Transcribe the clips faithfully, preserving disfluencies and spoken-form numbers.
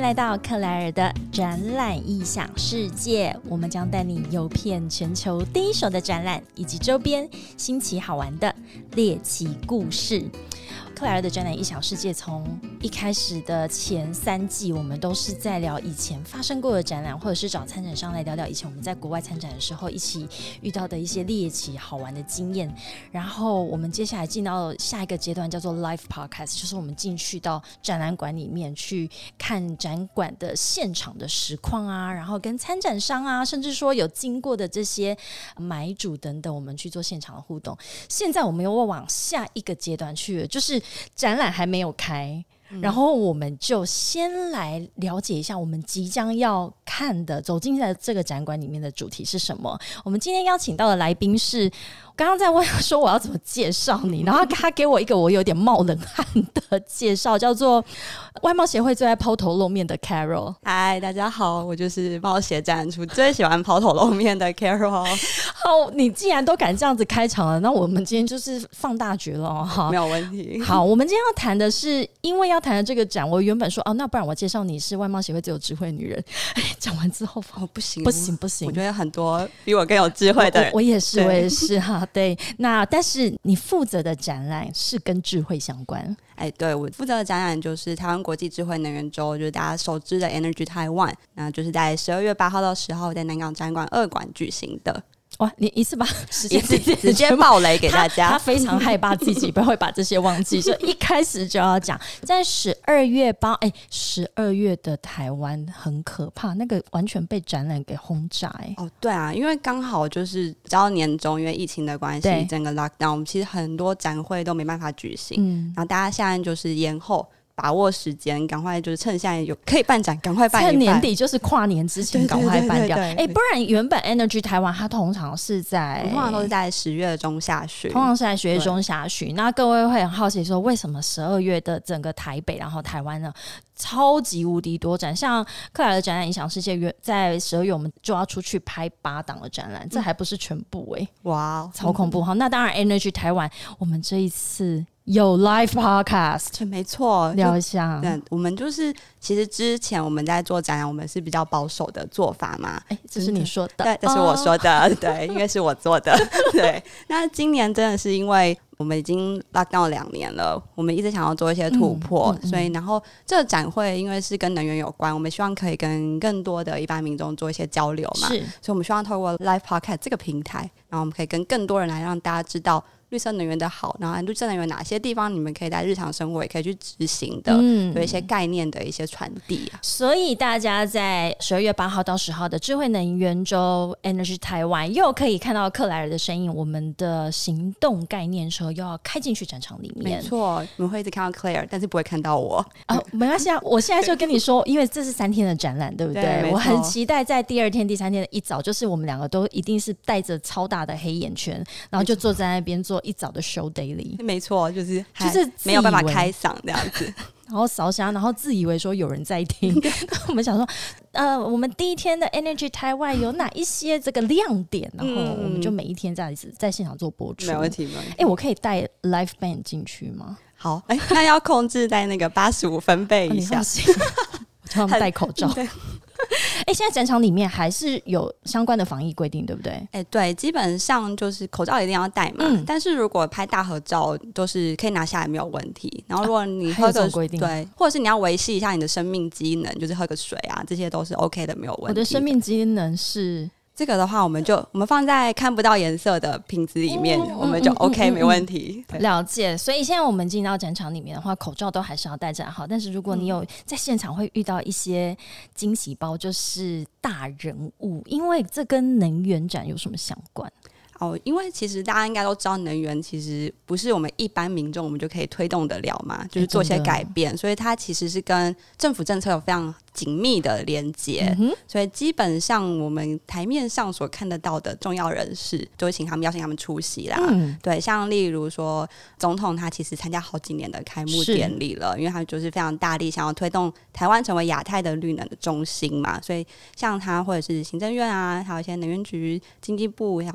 来到克莱尔的展览异想世界，我们将带你游遍全球第一手的展览以及周边新奇好玩的猎奇故事。克莱尔的展览异想世界从一开始的前三季，我们都是在聊以前发生过的展览，或者是找参展商来聊聊以前我们在国外参展的时候一起遇到的一些猎奇好玩的经验。然后我们接下来进到下一个阶段，叫做 Live Podcast， 就是我们进去到展览馆里面去看展馆的现场的实况啊，然后跟参展商啊，甚至说有经过的这些买主等等，我们去做现场的互动。现在我们又往下一个阶段去了，就是展览还没有开，然后我们就先来了解一下我们即将要看的走进在这个展馆里面的主题是什么。我们今天邀请到的来宾是刚刚在问说我要怎么介绍你，然后他给我一个我有点冒冷汗的介绍，叫做外贸协会最爱抛头露面的 Carol。 嗨，大家好，我就是贸协展出最喜欢抛头露面的 Carol。 好，你既然都敢这样子开场了，那我们今天就是放大绝了哦。 没有问题。 好，我们今天要谈的是，因为要谈的这个展，我原本说哦，那不然我介绍你是外贸协会最有智慧的女人。哎，讲完之后哦，不行不行不行， 我觉得很多比我更有智慧的人。 我, 我也是我也是哈。对，那但是你负责的展览是跟智慧相关。 哎，对，我负责的展览就是台湾国际智慧能源周，就是大家熟知的 Energy Taiwan， 那就是在十二月八号到十号在南港展馆二馆举行的。 哇，你一次把时间直接爆雷给大家。 他, 他非常害怕自己不会把这些忘记，所以一开始就要讲，在十二月八，哎，十二月的台湾很可怕，那个完全被展览给轰炸。哎， 哦，对啊，因为刚好就是比较年中，因为疫情的关系，整个 lockdown， 我们其实很多展会都没办法举行，嗯，然后大家现在就是延后。把握时间，赶快就是趁现在有可以办展，赶快办一办。 趁年底就是跨年之前，赶快办掉。哎，不然原本 Energy 台湾它通常是在， 通常都是在十月中下旬， 通常是在十月中下旬。那各位会很好奇说，为什么十二月的整个台北，然后台湾呢？超级无敌多展，像克莱尔的展览影响世界，在十二月我们就要出去拍八档的展览，这还不是全部哎、欸，哇，超恐怖！好，那当然 Energy 台湾，我们这一次有 Live Podcast， 没错， 聊一下。 对，我们就是其实之前我们在做展览，我们是比较保守的做法嘛。 哎、欸，这是你说的， 对，这是我说的，哦、对，因为是我做的。对，那今年真的是因为。我们已经 lock down 两年了，我们一直想要做一些突破，嗯嗯嗯、所以然后这个展会因为是跟能源有关，我们希望可以跟更多的一般民众做一些交流嘛，所以我们希望透过 Live Podcast 这个平台，然后我们可以跟更多人来让大家知道绿色能源的好，然后绿色能源哪些地方你们可以在日常生活也可以去执行的，嗯、有一些概念的一些传递啊。 所以大家在十二月八号到十号的智慧能源周 Energy 台湾又可以看到克莱尔的身影，我们的行动概念车又要开进去展场里面。 没错，你们会一直看到 Claire， 但是不会看到我。 哦，没关系啊，我现在就跟你说，因为这是三天的展览，对不对？ 对， 我很期待在第二天、第三天的一早，就是我们两个都一定是带着超大的黑眼圈，然后就坐在那边做一早的 show daily。 没错，就是就是没有办法开嗓这样子。 然后扫瞎，然后自以为说有人在听。我们想说，呃，我们第一天的 Energy 台湾有哪一些这个亮点，然后我们就每一天这样子在现场做播出。 没问题，没问题。 哎、欸，我可以带 live band 进去吗？ 好，哎、欸，那要控制在那个八十五分贝以下。 啊、我叫他们戴口罩。哎、欸，现在展场里面还是有相关的防疫规定，对不对？ 哎、欸，对，基本上就是口罩一定要戴嘛。嗯、但是如果拍大合照，都是可以拿下来没有问题。然后如果你喝个、 规定对，或者是你要维系一下你的生命机能，就是喝个水啊，这些都是 OK 的，没有问题的。 我的生命机能是。 这个的话，我们就我们放在看不到颜色的瓶子里面，嗯、我们就 OK，、嗯、没问题。 了解。所以现在我们进到展场里面的话，口罩都还是要戴着好。但是如果你有在现场会遇到一些惊喜包，就是大人物，因为这跟能源展有什么相关？ 哦，因为其实大家应该都知道，能源其实不是我们一般民众我们就可以推动得了嘛，就是做一些改变，欸、所以它其实是跟政府政策有非常紧密的连结、嗯、所以基本上我们台面上所看得到的重要人士都会请他们邀请他们出席啦、嗯、对，像例如说总统他其实参加好几年的开幕典礼了，因为他就是非常大力想要推动台湾成为亚太的绿能的中心嘛，所以像他或者是行政院啊，还有一些能源局、经济部还有相关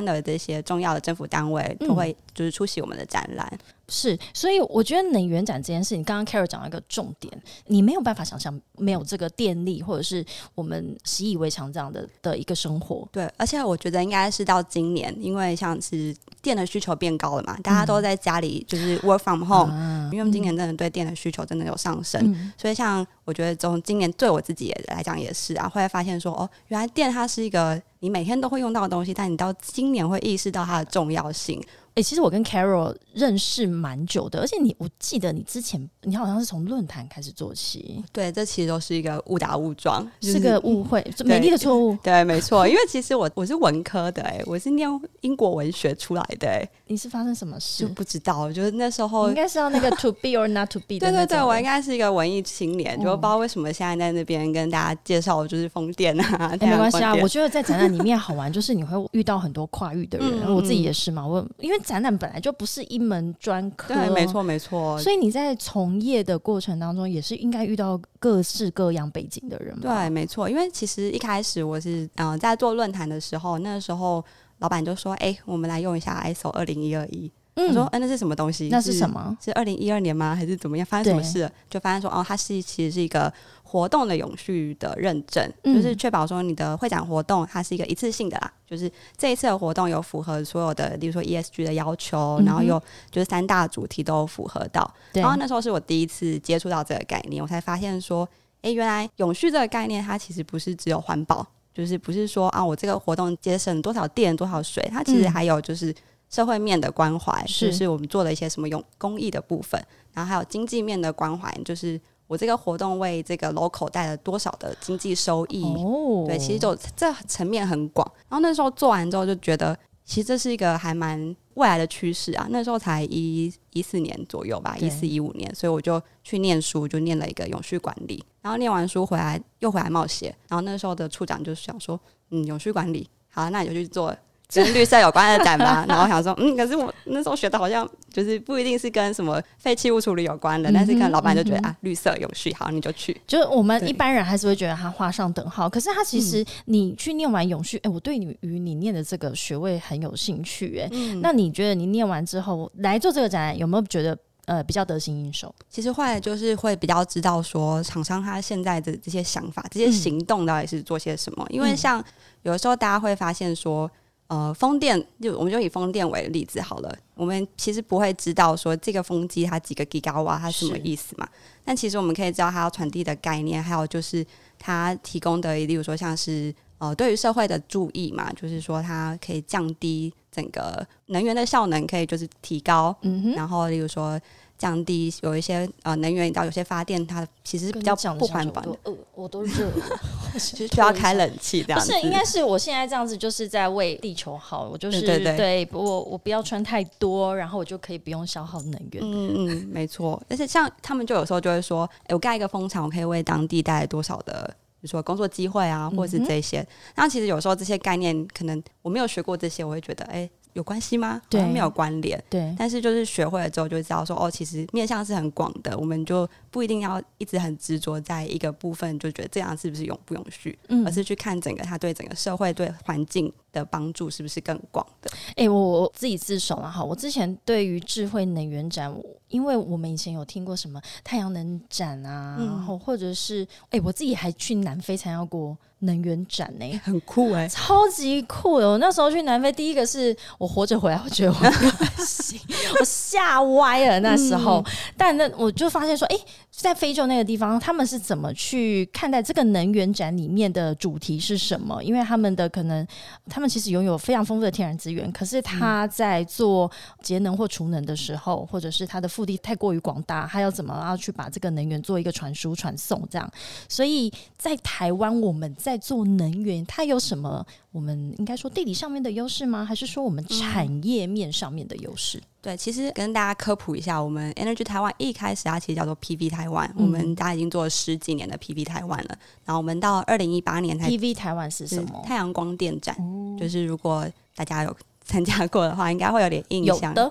湾的这些重要的政府单位都会就是出席我们的展览。嗯， 是，所以我觉得能源展这件事，你刚刚 Carol 讲到一个重点，你没有办法想象没有这个电力或者是我们习以为常这样的的一个生活。 对，而且我觉得应该是到今年，因为像是电的需求变高了嘛，大家都在家里就是 work from home，嗯，因为我们今年真的对电的需求真的有上升，嗯，所以像我觉得从今年对我自己来讲也是啊，会发现说哦，原来电它是一个你每天都会用到的东西，但你到今年会意识到它的重要性。 欸，其实我跟 Carol 认识蛮久的，而且你我记得你之前你好像是从论坛开始做起。 对，这其实都是一个误打误撞，就是， 是个误会，美丽的错误。 对，没错，因为其实我我是文科的，欸，我是念英国文学出来的，欸， 你是发生什么事？ 就不知道，就是那时候应该是要那个 to be or not to be 的那种。对对对， 我应该是一个文艺青年，就不知道为什么现在在那边跟大家介绍就是风电啊。 欸，没关系啊，我觉得在展览里面好玩，就是你会遇到很多跨域的人，嗯，我自己也是嘛。我因为展览本来就不是一门专科， 对，没错没错， 所以你在从业的过程当中也是应该遇到各式各样背景的人吧？ 对，没错，因为其实一开始我是呃在做论坛的时候，那时候老板就说：“哎，欸，我们来用一下 I S O 二零一二一。”我说：“哎，欸，那是什么东西？ 那是什么？ 是二零一二年吗？还是怎么样？发生什么事了？”就发现说：“哦，它是其实是一个活动的永续的认证，嗯，就是确保说你的会展活动它是一个一次性的啦，就是这一次的活动有符合所有的，例如说 E S G 的要求，嗯，然后有就是三大主题都符合到。然后那时候是我第一次接触到这个概念，我才发现说，哎，原来永续这个概念它其实不是只有环保，就是不是说啊我这个活动节省多少电多少水，它其实还有就是社会面的关怀，嗯，就是我们做了一些什么用公益的部分，然后还有经济面的关怀，就是我这个活动为这个 local 带了多少的经济收益。哦，对，其实就这层面很广。然后那时候做完之后就觉得，其实这是一个还蛮未来的趋势啊。那时候才一一四年左右吧，一四一五年，所以我就去念书，就念了一个永续管理。然后念完书回来又回来冒险，然后那时候的处长就想说，嗯，永续管理，好，那你就去做跟绿色有关的展吧。然后我想说，嗯，可是我那时候学的好像就是不一定是跟什么废弃物处理有关的，嗯，但是可能老板就觉得，嗯，啊，绿色永续，好，你就去。 就是我们一般人还是会觉得他画上等号，可是他其实你去念完永续，哎，欸，我对你于你念的这个学位很有兴趣，哎，嗯，那你觉得你念完之后来做这个展览，有没有觉得呃比较得心应手？ 其实后来就是会比较知道说厂商他现在的这些想法、这些行动到底是做些什么，嗯，因为像有的时候大家会发现说。呃，风电就我们就以风电为例子好了，我们其实不会知道说这个风机它几个 gigawatt 它是什么意思嘛，但其实我们可以知道它要传递的概念，还有就是它提供的例如说像是呃对于社会的注意嘛，就是说它可以降低整个能源的效能，可以就是提高，嗯，然后例如说降低有一些呃能源到有些发电它其实比较不环保的， 我都、呃、我都热了就需要开冷气这样子。 不是，应该是我现在这样子就是在为地球好，我就是对对对， 对我我不要穿太多，然后我就可以不用消耗能源。 嗯嗯，没错。而且像他们就有时候就会说，哎，我盖一个风场，我可以为当地带来多少的，比如说工作机会啊，或者是这些。然后其实有时候这些概念，可能我没有学过这些，我会觉得，哎。有关系吗？好像没有关联。对，但是就是学会了之后就知道说，哦，其实面向是很广的，我们就不一定要一直很执着在一个部分，就觉得这样是不是永不永续，嗯，而是去看整个它对整个社会、对环境的帮助是不是更广的。 哎、欸，我我自己自首了哈，我之前对于智慧能源展，因为我们以前有听过什么太阳能展啊，嗯、然后或者是哎、欸，我自己还去南非参加过能源展呢、欸， 很酷哎、欸， 超级酷的。我那时候去南非，第一个是我活着回来，我觉得我很开心，我吓歪了那时候。嗯、但那我就发现说，哎、欸，在非洲那个地方，他们是怎么去看待这个能源展里面的主题是什么？因为他们的可能，他们其实拥有非常丰富的天然资源，可是他在做节能或储能的时候，或者是他的腹地太过于广大，他要怎么要去把这个能源做一个传输传送这样。所以在台湾，我们在做能源，它有什么我们应该说地理上面的优势吗？还是说我们产业面上面的优势？嗯， 对，其实跟大家科普一下，我们 Energy Taiwan 一开始它其实叫做 P V 台湾、嗯，我们大家已经做了十几年的 P V 台湾了。然后我们到二零一八年才 P V 台湾是什么？ 太阳光电展、哦，就是如果大家有参加过的话，应该会有点印象。对，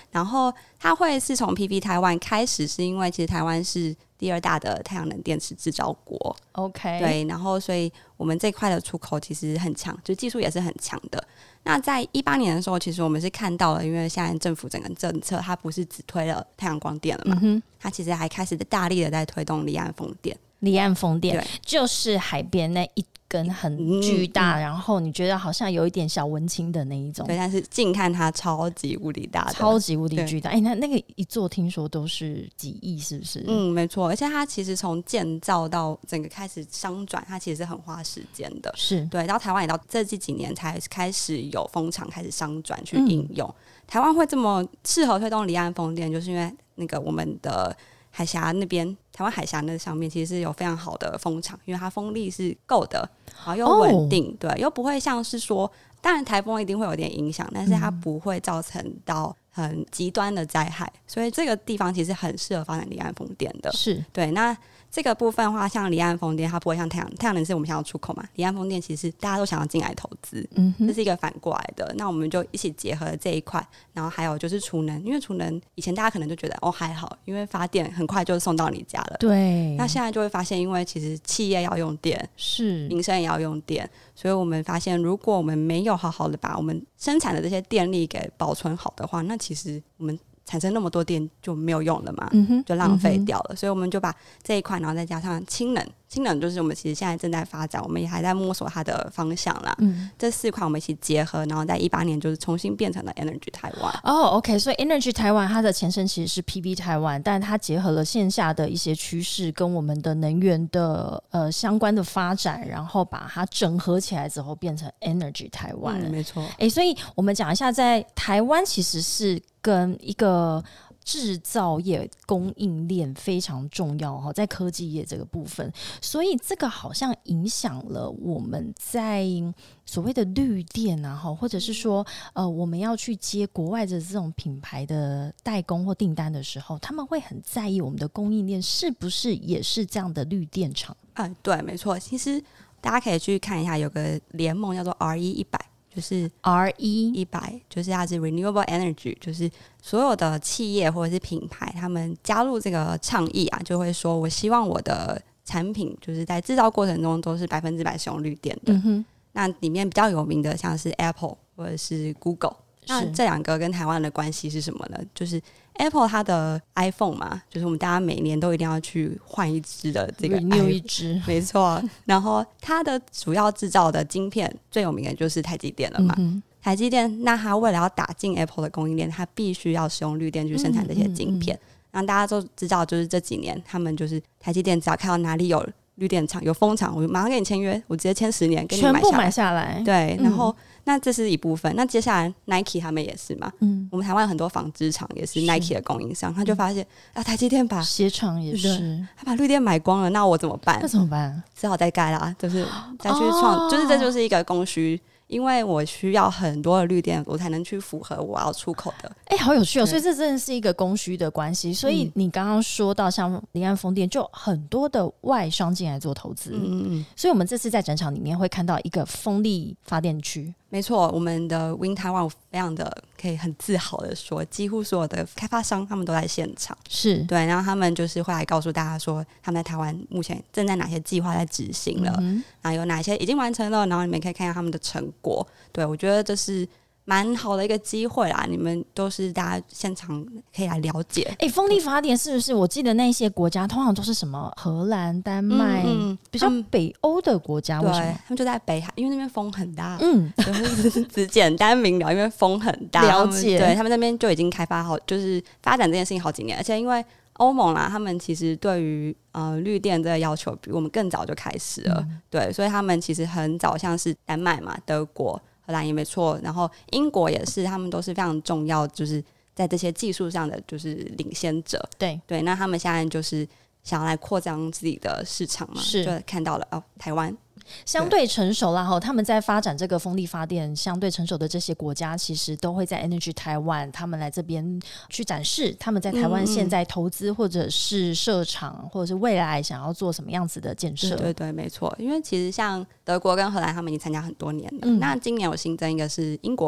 然后它会是从 P V 台湾开始，是因为其实台湾是第二大的太阳能电池制造国 OK 对，然后所以我们这块的出口其实很强，就技术也是很强的。那在一八年的时候，其实我们是看到了，因为现在政府整个政策它不是只推了太阳光电了嘛、嗯、它其实还开始大力的在推动离岸风电。 离岸风电就是海边那一根很巨大、嗯嗯、然后你觉得好像有一点小文青的那一种， 对，但是近看它超级无敌大的， 超级无敌巨大。哎、欸，那那个一座听说都是几亿，是不是？ 嗯，没错。而且它其实从建造到整个开始商转，它其实是很花时间的。 是对，到台湾也到这几几年才开始有风场开始商转去应用、嗯。台湾会这么适合推动离岸风电，就是因为那个我们的海峡那边，台湾海峡那上面其实是有非常好的风场，因为它风力是够的，然后又稳定、哦、对，又不会像是说，当然台风一定会有点影响，但是它不会造成到很极端的灾害、嗯、所以这个地方其实很适合发展离岸风电的。 是对。那这个部分的话，像离岸风电它不会像太阳太阳能是我们想要出口嘛，离岸风电其实大家都想要进来投资、嗯、这是一个反过来的。那我们就一起结合了这一块，然后还有就是储能，因为储能以前大家可能就觉得哦还好，因为发电很快就送到你家了， 对。 那现在就会发现，因为其实企业要用电， 是民生也要用电，所以我们发现如果我们没有好好的把我们生产的这些电力给保存好的话，那其实我们产生那么多电就没有用了嘛、嗯、就浪费掉了、嗯、所以我们就把这一块，然后再加上氢能，氢能就是我们其实现在正在发展，我们也还在摸索它的方向啦、嗯、这四块我们一起结合，然后在一八年就是重新变成了 Energy Taiwan。 哦 OK， 所以 Energy Taiwan 它的前身其实是 P V Taiwan， 但它结合了线下的一些趋势跟我们的能源的呃相关的发展，然后把它整合起来之后变成 Energy Taiwan、 嗯、没错。 哎，所以我们讲一下，在台湾其实是跟一个制造业供应链非常重要，在科技业这个部分，所以这个好像影响了我们在所谓的绿电啊，或者是说呃，我们要去接国外的这种品牌的代工或订单的时候，他们会很在意我们的供应链是不是也是这样的绿电厂、 嗯、对，没错。其实大家可以去看一下，有个联盟叫做 R E 一百，就是 R E 一百，就是它是 Renewable Energy， 就是所有的企业或者是品牌，他们加入这个倡议啊，就会说我希望我的产品就是在制造过程中都是百分之百使用绿电的、嗯、那里面比较有名的像是 Apple 或者是 Google， 那这两个跟台湾的关系是什么呢？就是 Apple 它的 iPhone 嘛，就是我们大家每年都一定要去换一支的这个 renew 一支， 没错。然后它的主要制造的晶片最有名的就是台积电了嘛、嗯、台积电那它为了要打进 Apple 的供应链，它必须要使用绿电去生产这些晶片、嗯嗯嗯、让大家都知道，就是这几年他们就是台积电只要看到哪里有绿电厂有风场，我就马上给你签约，我直接签十年给你买下来， 全部买下来。 对，然后、嗯、那这是一部分。那接下来 Nike 他们也是嘛、嗯、我们台湾很多纺织厂也是 Nike 的供应商，他就发现、嗯、啊，台积电把鞋厂也是他把绿电买光了，那我怎么办？ 那怎么办？ 只好再盖啦，就是再去创、哦、就是这就是一个供需，因为我需要很多的绿电，我才能去符合我要出口的。 哎、欸，好有趣哦！所以这真的是一个供需的关系。所以你刚刚说到像离岸风电，就很多的外商进来做投资。嗯嗯。所以我们这次在展场里面会看到一个风力发电区。 没错，我们的 Wind Taiwan 非常的可以很自豪的说，几乎所有的开发商他们都在现场。是对，然后他们就是会来告诉大家说，他们在台湾目前正在哪些计划在执行了、嗯，然后有哪些已经完成了，然后你们可以看一下他们的成果。对，我觉得这是蛮好的一个机会啦，你们都是大家现场可以来了解。 哎、欸，风力发电是不是？我记得那些国家通常都是什么荷兰、丹麦、嗯嗯、比较北欧的国家，为什么？ 对，他们就在北海，因为那边风很大。嗯，就是只简单明了，因为风很大。 了解， 他对他们那边就已经开发好，就是发展这件事情好几年，而且因为欧盟啦，他们其实对于呃绿电这个要求比我们更早就开始了、嗯，对，所以他们其实很早，像是丹麦嘛、德国。荷兰也没错，然后英国也是，他们都是非常重要，就是在这些技术上的就是领先者。对对，那他们现在就是想要来扩张自己的市场嘛，是就看到了哦，台湾相对成熟啦，他们在发展这个风力发电相对成熟的这些国家，其实都会在 Energy Taiwan 他们来这边去展示他们在台湾现在投资或者是设厂、嗯、或者是未来想要做什么样子的建设。 对对对，没错，因为其实像德国跟荷兰他们已经参加很多年了、嗯、那今年有新增一个是英国馆，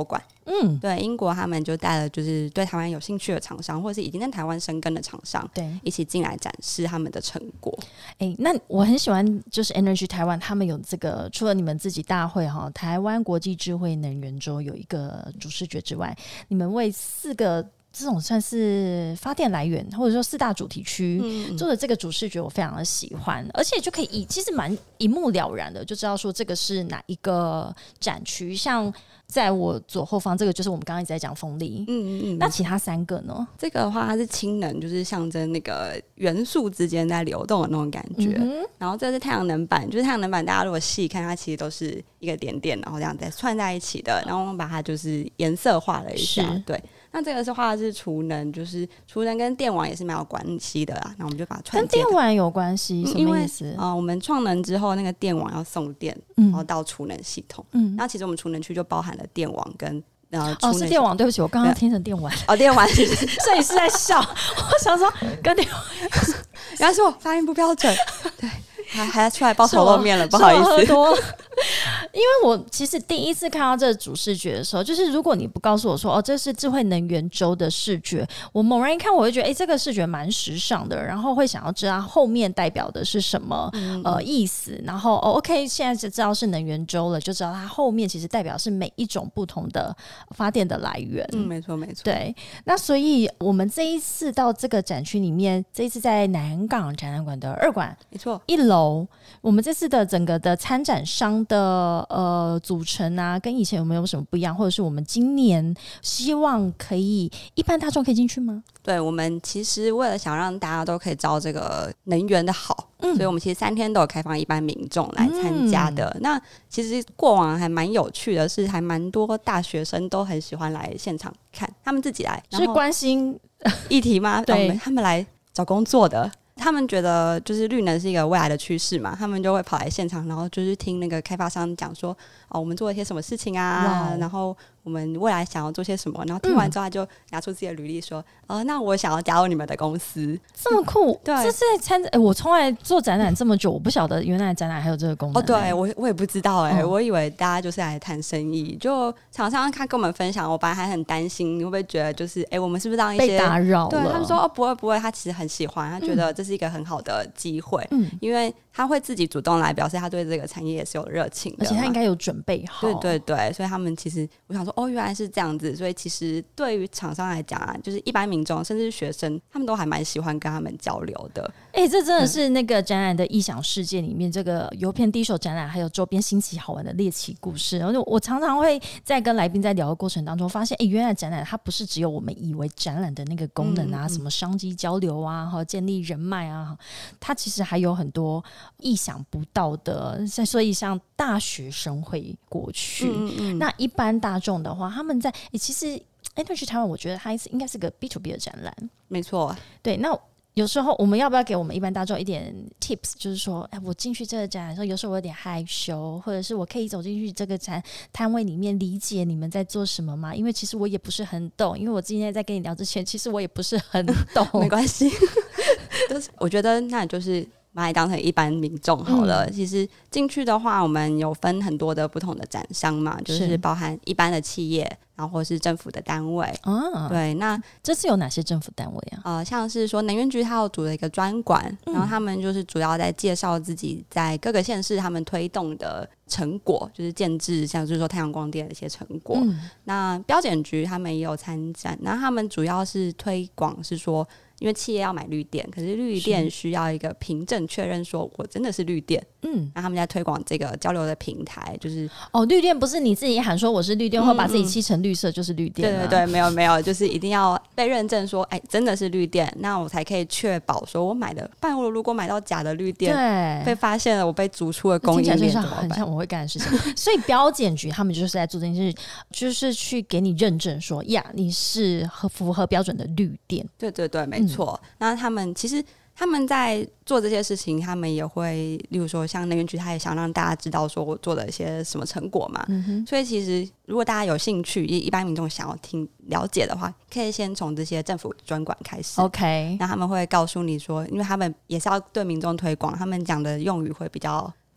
嗯，对，英国他们就带了就是对台湾有兴趣的厂商，或者是已经在台湾生根的厂商， 对， 一起进来展示他们的成果。 哎，那我很喜欢就是 Energy 台湾，他们有这个除了你们自己大会哈，台湾国际智慧能源周有一个主视觉之外，你们为四个这种算是发电来源或者说四大主题区、嗯、做的这个主视觉我非常的喜欢，而且就可以以其实蛮一目了然的就知道说这个是哪一个展区，像在我左后方这个就是我们刚刚一直在讲风力，嗯嗯，那其他三个呢？ 这个的话它是氢能，就是象征那个元素之间在流动的那种感觉、嗯、然后这是太阳能板，就是太阳能板大家如果细看它其实都是一个点点然后这样再串在一起的，然后我们把它就是颜色化了一下，对，那这个是画的是储能，就是储能跟电网也是蛮有关系的啦。那我们就把它串接。 跟电网有关系、嗯、什么意思？ 因为、呃、我们创能之后，那个电网要送电，嗯、然后到储能系统。嗯，那其实我们储能区就包含了电网跟呃哦是电网，对不起，我刚刚听成电网。 哦，电网， 所以是在笑。我想说跟电网， 原来是我发音不标准。对。还还出来包头露面了，不好意思。 因为我其实第一次看到这个主视觉的时候，就是如果你不告诉我说哦，这是智慧能源周的视觉，我猛然一看，我会觉得哎、欸，这个视觉蛮时尚的，然后会想要知道后面代表的是什么、嗯、呃意思，然后哦 OK， 现在就知道是能源周了，就知道它后面其实代表是每一种不同的发电的来源。 嗯，没错没错。 对，那所以我们这一次到这个展区里面，这一次在南港展览馆的二馆， 没错， 一楼。我们这次的整个的参展商的呃组成啊，跟以前有没有什么不一样？或者是我们今年希望可以一般大众可以进去吗？ 对，我们其实为了想让大家都可以知道这个能源的好、嗯、所以我们其实三天都有开放一般民众来参加的、嗯、那其实过往还蛮有趣的是还蛮多大学生都很喜欢来现场看，他们自己来是关心议题吗？ 对， 他们来找工作的，他们觉得就是绿能是一个未来的趋势嘛，他们就会跑来现场，然后就是听那个开发商讲说哦，我们做了些什么事情啊、wow. 然后我们未来想要做些什么，然后听完之后他就拿出自己的履历说、嗯、呃，那我想要加入你们的公司， 这么酷。 对， 这是在参、欸、我从来做展览这么久，我不晓得原来展览还有这个功能、欸、 哦，对，我我也不知道哎、欸嗯，我以为大家就是来谈生意，就厂商他跟我们分享，我本来还很担心你会不会觉得就是哎、欸，我们是不是让一些被打扰了， 对，他们说哦不会不会，他其实很喜欢，他觉得这是一个很好的机会、嗯、因为他会自己主动来表示他对这个产业也是有热情的， 而且他应该有准备好， 对对对，所以他们其实我想说哦，原来是这样子，所以其实对于厂商来讲啊，就是一般民众甚至是学生，他们都还蛮喜欢跟他们交流的。 哎、欸，这真的是那个展览的异想世界里面、嗯、这个邮片第一手展览还有周边新奇好玩的猎奇故事，然后我常常会在跟来宾在聊的过程当中发现，哎、欸，原来展览它不是只有我们以为展览的那个功能啊、嗯、什么商机交流啊和建立人脉啊，它其实还有很多意想不到的，所以像大学生会过去、嗯嗯、那一般大众的话他们在、欸、其实 Energy 台湾我觉得它应该是个 B to B 的展览， 没错。 对，那有时候我们要不要给我们一般大众一点 tips， 就是说哎，我进去这个展览的时候有时候我有点害羞，或者是我可以走进去这个展摊位里面理解你们在做什么吗？因为其实我也不是很懂，因为我今天在跟你聊之前其实我也不是很懂没关系我觉得那就是把你当成一般民众好了、嗯、其实进去的话我们有分很多的不同的展商嘛，就是包含一般的企业然后或是政府的单位、啊、对，那这次有哪些政府单位啊？ 呃，像是说能源局它有组了一个专馆、嗯、然后他们就是主要在介绍自己在各个县市他们推动的成果，就是建制像是说太阳光电的一些成果、嗯、那标检局他们也有参展，那他们主要是推广是说因为企业要买绿电，可是绿电需要一个凭证确认说我真的是绿电，嗯，那他们在推广这个交流的平台，就是哦，绿电不是你自己喊说我是绿电、嗯、或把自己漆成绿色就是绿电、啊、 对对对，没有没有，就是一定要被认证说哎，真的是绿电，那我才可以确保说我买的，不然我如果买到假的绿电，对，被发现了我被逐出了供应链怎么办？ 很像我会干的事情所以标检局他们就是在做这件事，就是去给你认证说呀你是符合标准的绿电， 对对对，没错、嗯，那他们其实他们在做这些事情，他们也会例如说像能源局他也想让大家知道说我做了一些什么成果嘛、嗯、所以其实如果大家有兴趣一般民众想要听了解的话，可以先从这些政府专馆开始 OK， 那他们会告诉你说因为他们也是要对民众推广，他们讲的用语会比较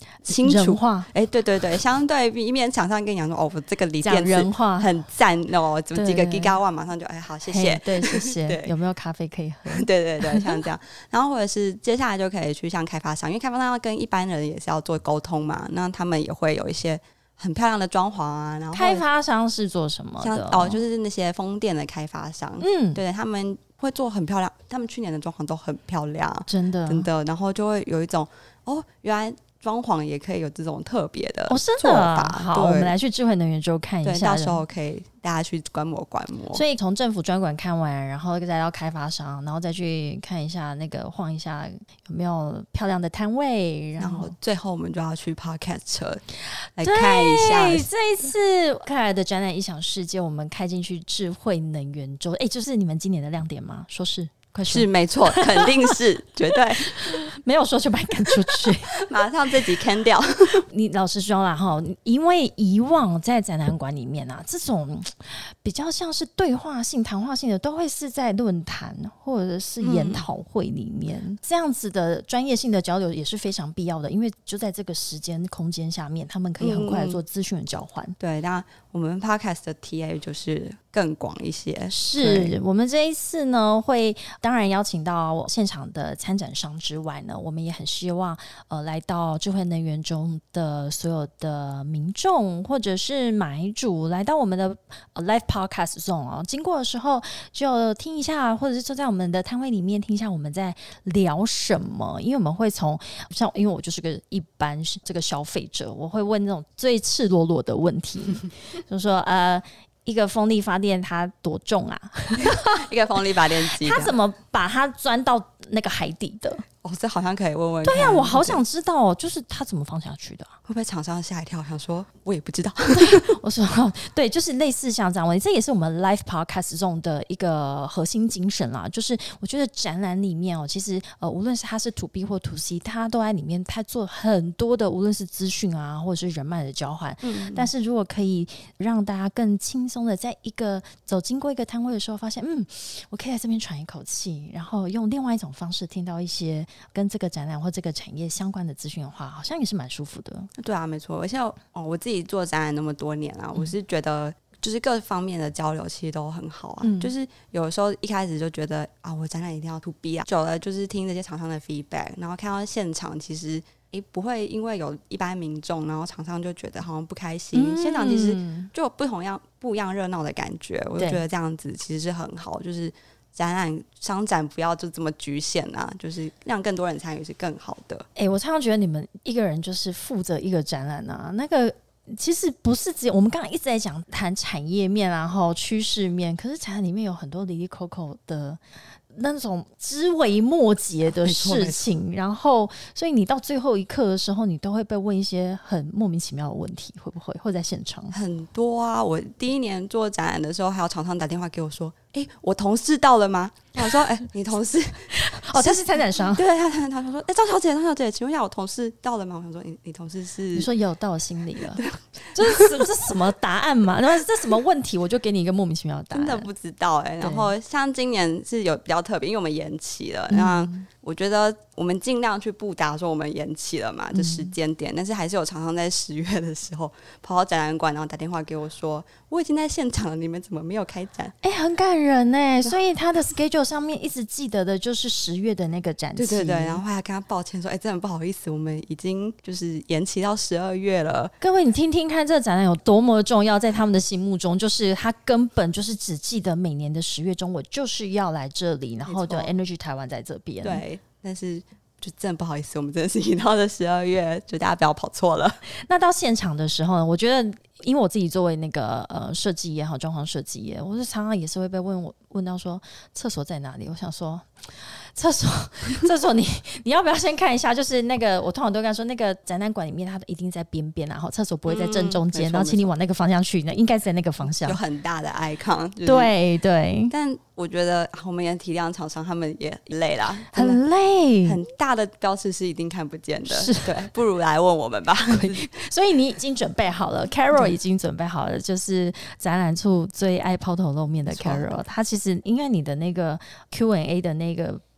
清楚人话， 哎、欸，对对对，相对一面厂商跟你讲说，哦，我这个锂电池人话很赞哦，怎么几个 gigawatt， 马上就哎好，谢谢， 对，谢谢。有没有咖啡可以喝？ 对对对，像这样，然后或者是接下来就可以去向开发商，因为开发商要跟一般人也是要做沟通嘛，那他们也会有一些很漂亮的装潢啊。然后开发商是做什么的？ 哦，就是那些风电的开发商，嗯，对，他们会做很漂亮，他们去年的装潢都很漂亮， 真的真的，然后就会有一种哦，原来装潢也可以有这种特别的做法。哦，真的好，我们来去智慧能源周看一下， 对，到时候可以大家去观摩观摩。 所以从政府专管看完，然后再到开发商，然后再去看一下那个晃一下有没有漂亮的摊位， 然后最后我们就要去 podcast 车来看一下。 对，这一次看来的展览异想世界，我们开进去智慧能源周，哎，就是你们今年的亮点吗？说是。 是没错，肯定是绝对没有说就把你赶出去， 马上自己坑掉。 你老实说啦哈，因为以往在展览馆里面啊，这种比较像是对话性、谈话性的，都会是在论坛或者是研讨会里面，嗯、这样子的专业性的交流也是非常必要的，因为就在这个时间空间下面，他们可以很快的做资讯的交换。嗯、 对，那我们 podcast 的 T A 就是更广一些。 是我们这一次呢会。当然邀请到现场的参展商之外呢，我们也很希望呃来到智慧能源中的所有的民众或者是买主来到我们的、呃、live podcast zone 哦，经过的时候就听一下，或者是坐在我们的摊位里面听一下我们在聊什么，因为我们会从像因为我就是个一般这个消费者，我会问那种最赤裸裸的问题，就说呃。一个风力发电它多重啊？ 一个风力发电机， 它怎么把它钻到那个海底的？ 哦，这好像可以问问看。 对呀、啊，我好想知道哦，就是它怎么放下去的、啊？ 会不会厂商吓一跳，想说我也不知道？ 我说对，就是类似像这样问题，这也是我们 Live Podcast 中的一个核心精神啦。就是我觉得展览里面哦，其实呃，无论是它是 To B 或 To C， 它都在里面，它做很多的，无论是资讯啊，或者是人脉的交换。嗯，但是如果可以让大家更轻松的，在一个走经过一个摊位的时候，发现嗯，我可以在这边喘一口气，然后用另外一种方式听到一些跟这个展览或这个产业相关的资讯的话，好像也是蛮舒服的。 对啊，没错。而且哦，我自己做展览那么多年啊，嗯、我是觉得就是各方面的交流其实都很好啊。嗯、就是有的时候一开始就觉得啊，我展览一定要 to B 啊，久了就是听这些厂商的 feedback， 然后看到现场，其实诶不会因为有一般民众，然后厂商就觉得好像不开心。嗯、现场其实就有不同样不一样热闹的感觉，我就觉得这样子其实是很好，就是。展览商展不要就这么局限啊，就是让更多人参与是更好的。 哎、欸，我常常觉得你们一个人就是负责一个展览啊，那个其实不是只有我们刚刚一直在讲谈产业面，然后趋势面，可是展览里面有很多哩哩扣扣的那种枝微末节的事情，然后所以你到最后一刻的时候，你都会被问一些很莫名其妙的问题，会不会会在现场？ 很多啊！我第一年做展览的时候，还有厂商打电话给我说。哎、欸，我同事到了吗？我说，哎、欸，你同事哦，他是参展商， 对，他他他说，哎、欸，张小姐，张小姐，请问一下，我同事到了吗？我想说，你你同事是？ 你说有到我心里了，这是这什么答案嘛？然后这什么问题，我就给你一个莫名其妙的答案， 真的不知道哎、欸。然后像今年是有比较特别，因为我们延期了，那、嗯、我觉得我们尽量去布达说我们延期了嘛，这时间点，嗯、但是还是有厂商在十月的时候跑到展览馆，然后打电话给我说，我已经在现场了，你们怎么没有开展？ 哎、欸，很感人哎、欸，所以。所以他的 schedule 上面一直记得的就是十月的那个展期， 对对对，然后还跟他抱歉说，哎、欸，真的不好意思，我们已经就是延期到十二月了。 各位，你听听看，这个展览有多么重要，在他们的心目中，就是他根本就是只记得每年的十月中，我就是要来这里，然后就 Energy 台湾在这边。 对，但是就真的不好意思，我们真的是已经到了十二月，就大家不要跑错了。 那到现场的时候呢，我觉得。因为我自己作为那个呃设计也好，装潢设计业，我是常常也是会被问我问到说厕所在哪里？我想说厕所厕所你你要不要先看一下？就是那个我通常都跟他说，那个展览馆里面它一定在边边，然后厕所不会在正中间，嗯、然后请你往那个方向去，那应该是在那个方向， 有很大的 icon，就是。 对对， 但我觉得我们也体谅厂商，他们也累啦， 很累， 很大的标示是一定看不见的，是对，不如来问我们吧。 所以你已经准备好了 ，Carol 已经准备好了，就是展览处最爱抛头露面的 Carol， 她其实因为你的那个 Q and A 的那个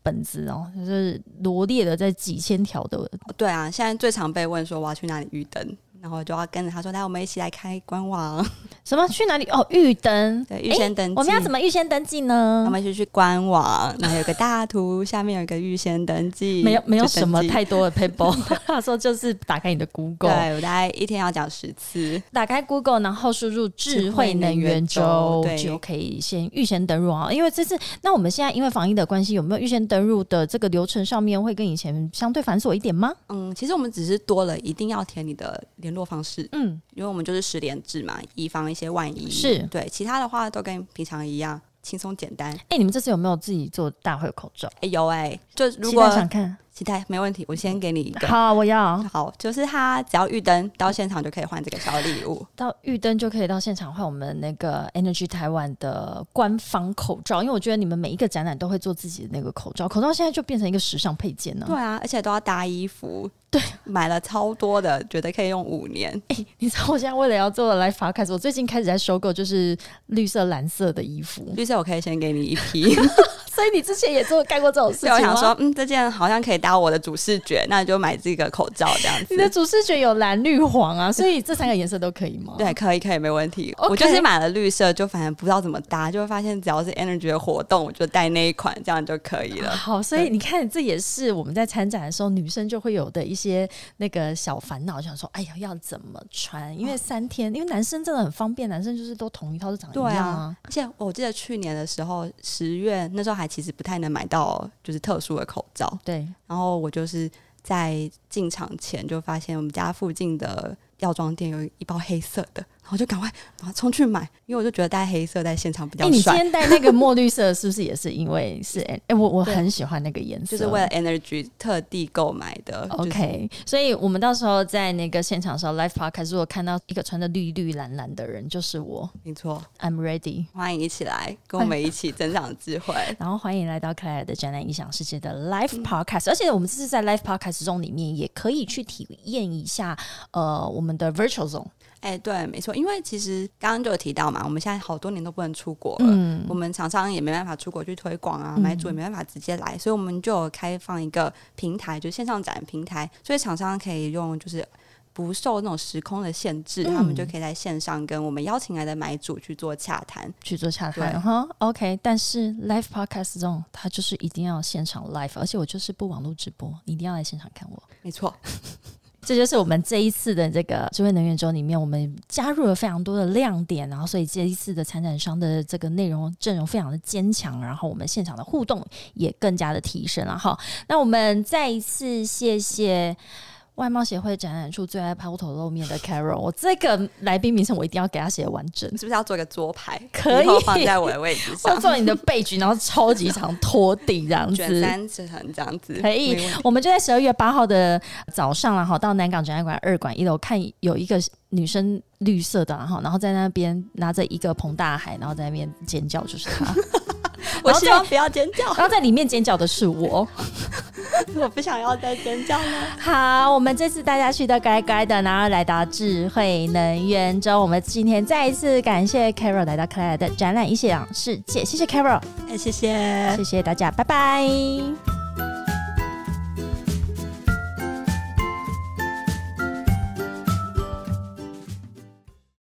本子哦，就是罗列的在几千条的。 对啊，现在最常被问说我要去哪里预登，然后就要跟着他说来我们一起来开官网。 什么去哪里？哦，预登。 对，预先登记。 我们要怎么预先登记呢？ 我们就去官网，然后有个大图，下面有一个预先登记。 没有没有什么太多的 paper。他说就是打开你的 Google， 对，我大概一天要讲十次。 打开 Google， 然后输入智慧能源周，就可以先预先登录啊。因为这次，那我们现在因为防疫的关系，有没有预先登录的这个流程上面会跟以前相对繁琐一点吗？ 嗯，其实我们只是多了一定要填你的联络方式，嗯，因为我们就是实联制嘛，以防一些万一。 是对，其他的话都跟平常一样，轻松简单。 哎、欸，你们这次有没有自己做大会口罩？ 哎、欸，有哎、欸，就如果想看。 期待没问题，我先给你一个。 好，我要。 好，就是他只要预登到现场就可以换这个小礼物， 到预登就可以到现场换我们那个 Energy 台湾的官方口罩，因为我觉得你们每一个展览都会做自己的那个口罩，口罩现在就变成一个时尚配件呢。 对啊，而且都要搭衣服。 对， 买了超多的，觉得可以用五年。 哎、欸，你知道我现在为了要做 Live Podcast， 我最近开始在收购就是绿色、蓝色的衣服。 绿色我可以先给你一批。 所以你之前也做干过这种事情吗？ 我想说，嗯，这件好像可以搭我的主视觉，那就买这个口罩这样子。 你的主视觉有蓝、绿、黄啊，所以这三个颜色都可以吗？ 对，可以，可以，没问题。 Okay. 我就是买了绿色，就反正不知道怎么搭，就会发现只要是 Energy 的活动，我就带那一款，这样就可以了。 好，所以你看，这也是我们在参展的时候，女生就会有的一些那个小烦恼，想说，哎呀，要怎么穿？因为三天，因为男生真的很方便，男生就是都同一套，就长一样啊。 对啊，而且我记得去年的时候，十月那时候还其实不太能买到就是特殊的口罩， 对。 然后我就是在进场前就发现我们家附近的药妆店有一包黑色的，然后就赶快马上冲去买，因为我就觉得戴黑色在现场比较帅。欸、 你今天戴那个墨绿色是不是也是因为是哎、欸，我我很喜欢那个颜色， 就是为了 Energy 特地购买的。 OK， 所以我们到时候在那个现场的时候 Live Podcast， 如果看到一个穿的绿绿蓝蓝的人，就是我。 没错 ，I'm ready， 欢迎一起来跟我们一起增长智慧。 然后欢迎来到克莱尔的展览异想世界的 Live Podcast，、嗯、而且我们这次在 Live Podcast 中里面也可以去体验一下呃我们的 Virtual Zone。 哎、欸，对，没错，因为其实刚刚就有提到嘛，我们现在好多年都不能出国了，嗯、我们厂商也没办法出国去推广啊，嗯、买主也没办法直接来，所以我们就有开放一个平台，就是线上展平台，所以厂商可以用就是不受那种时空的限制，嗯、他们就可以在线上跟我们邀请来的买主去做洽谈， 去做洽谈哈。OK， 但是 Live Podcast 这种，它就是一定要现场 Live， 而且我就是不网络直播，你一定要来现场看我。 没错。 这就是我们这一次的这个智慧能源周里面，我们加入了非常多的亮点，然后所以这一次的参展商的这个内容阵容非常的坚强，然后我们现场的互动也更加的提升了哈。那我们再一次谢谢外贸协会展览处最爱抛头露面的 Carol， 我这个来宾名称我一定要给他写完整， 是不是要做一个桌牌？ 可以， 以后放在我的位置上， 或做你的背景，然后超级长拖地这样子， 卷三层这样子， 可以。我们就在十二月八号的早上啦，到南港展览馆二馆一楼看有一个女生绿色的，然后在那边拿着一个彭大海，然后在那边尖叫，就是她。 我希望不要尖叫， 然后在里面尖叫的是我。 我不想要再尖叫了。 好，我们这次大家去的该该的，然后来到智慧能源周，我们今天再一次感谢 Carol 来到克莱尔的展览异想世界，谢谢 Carol， 哎，谢谢， 谢谢大家，拜拜。